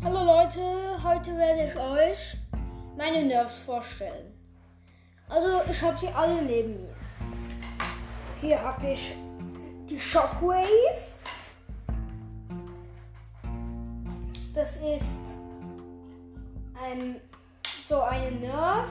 Hallo Leute, heute werde ich euch meine Nerfs vorstellen. Also ich habe sie alle neben mir. Hier habe ich die Shockwave. Das ist so eine Nerf.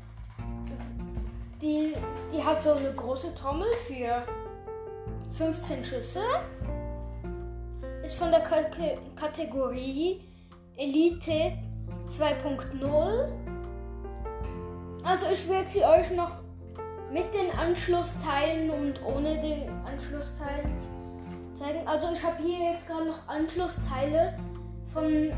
Die hat so eine große Trommel für 15 Schüsse. Ist von der Kategorie Elite 2.0. Also ich werde sie euch noch mit den Anschlussteilen und ohne den Anschlussteilen zeigen. Also ich habe hier jetzt gerade noch Anschlussteile von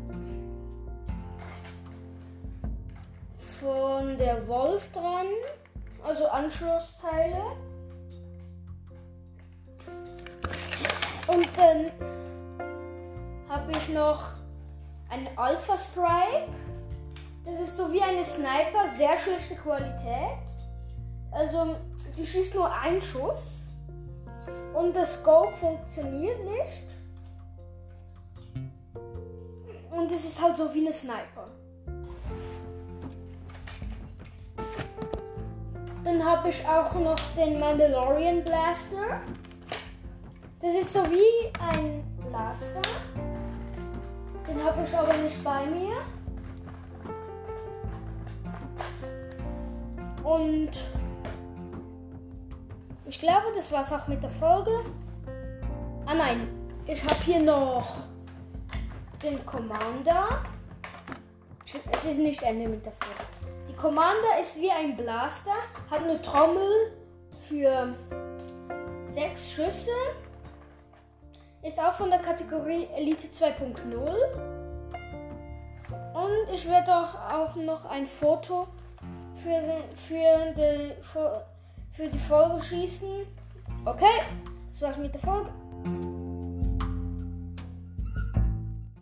der Wolf dran. Also Anschlussteile. Und dann habe ich noch einen Alpha Strike. Das ist so wie eine Sniper, sehr schlechte Qualität. Also die schießt nur einen Schuss und das Scope funktioniert nicht. Und es ist halt so wie eine Sniper. Dann habe ich auch noch den Mandalorian Blaster. Das ist so wie ein Blaster. Den habe ich aber nicht bei mir. Und ich glaube, das war's auch mit der Folge. Ah nein, ich habe hier noch den Commander. Es ist nicht Ende mit der Folge. Die Commander ist wie ein Blaster, hat eine Trommel für 6 Schüsse. Ist auch von der Kategorie Elite 2.0. Und ich werde auch noch ein Foto für die Folge schießen. Okay, das war's mit der Folge.